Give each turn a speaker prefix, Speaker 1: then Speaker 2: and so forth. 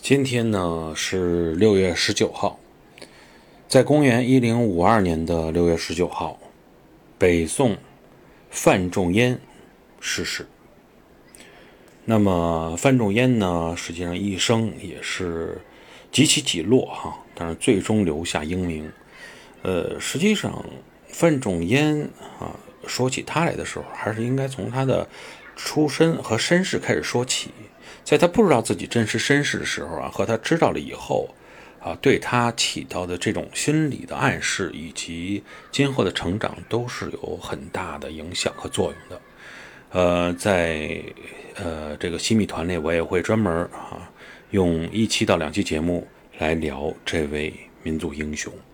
Speaker 1: 今天呢是6月19号，在公元1052年的6月19号，北宋范仲淹逝世。那么范仲淹呢，实际上一生也是几起几落哈，但是最终留下英名。实际上范仲淹啊，说起他来的时候，还是应该从他的出身和身世开始说起。在他不知道自己真实身世的时候啊，和他知道了以后啊，对他起到的这种心理的暗示以及今后的成长都是有很大的影响和作用的。在这个西米团内，我也会专门用1期到2期节目来聊这位民族英雄。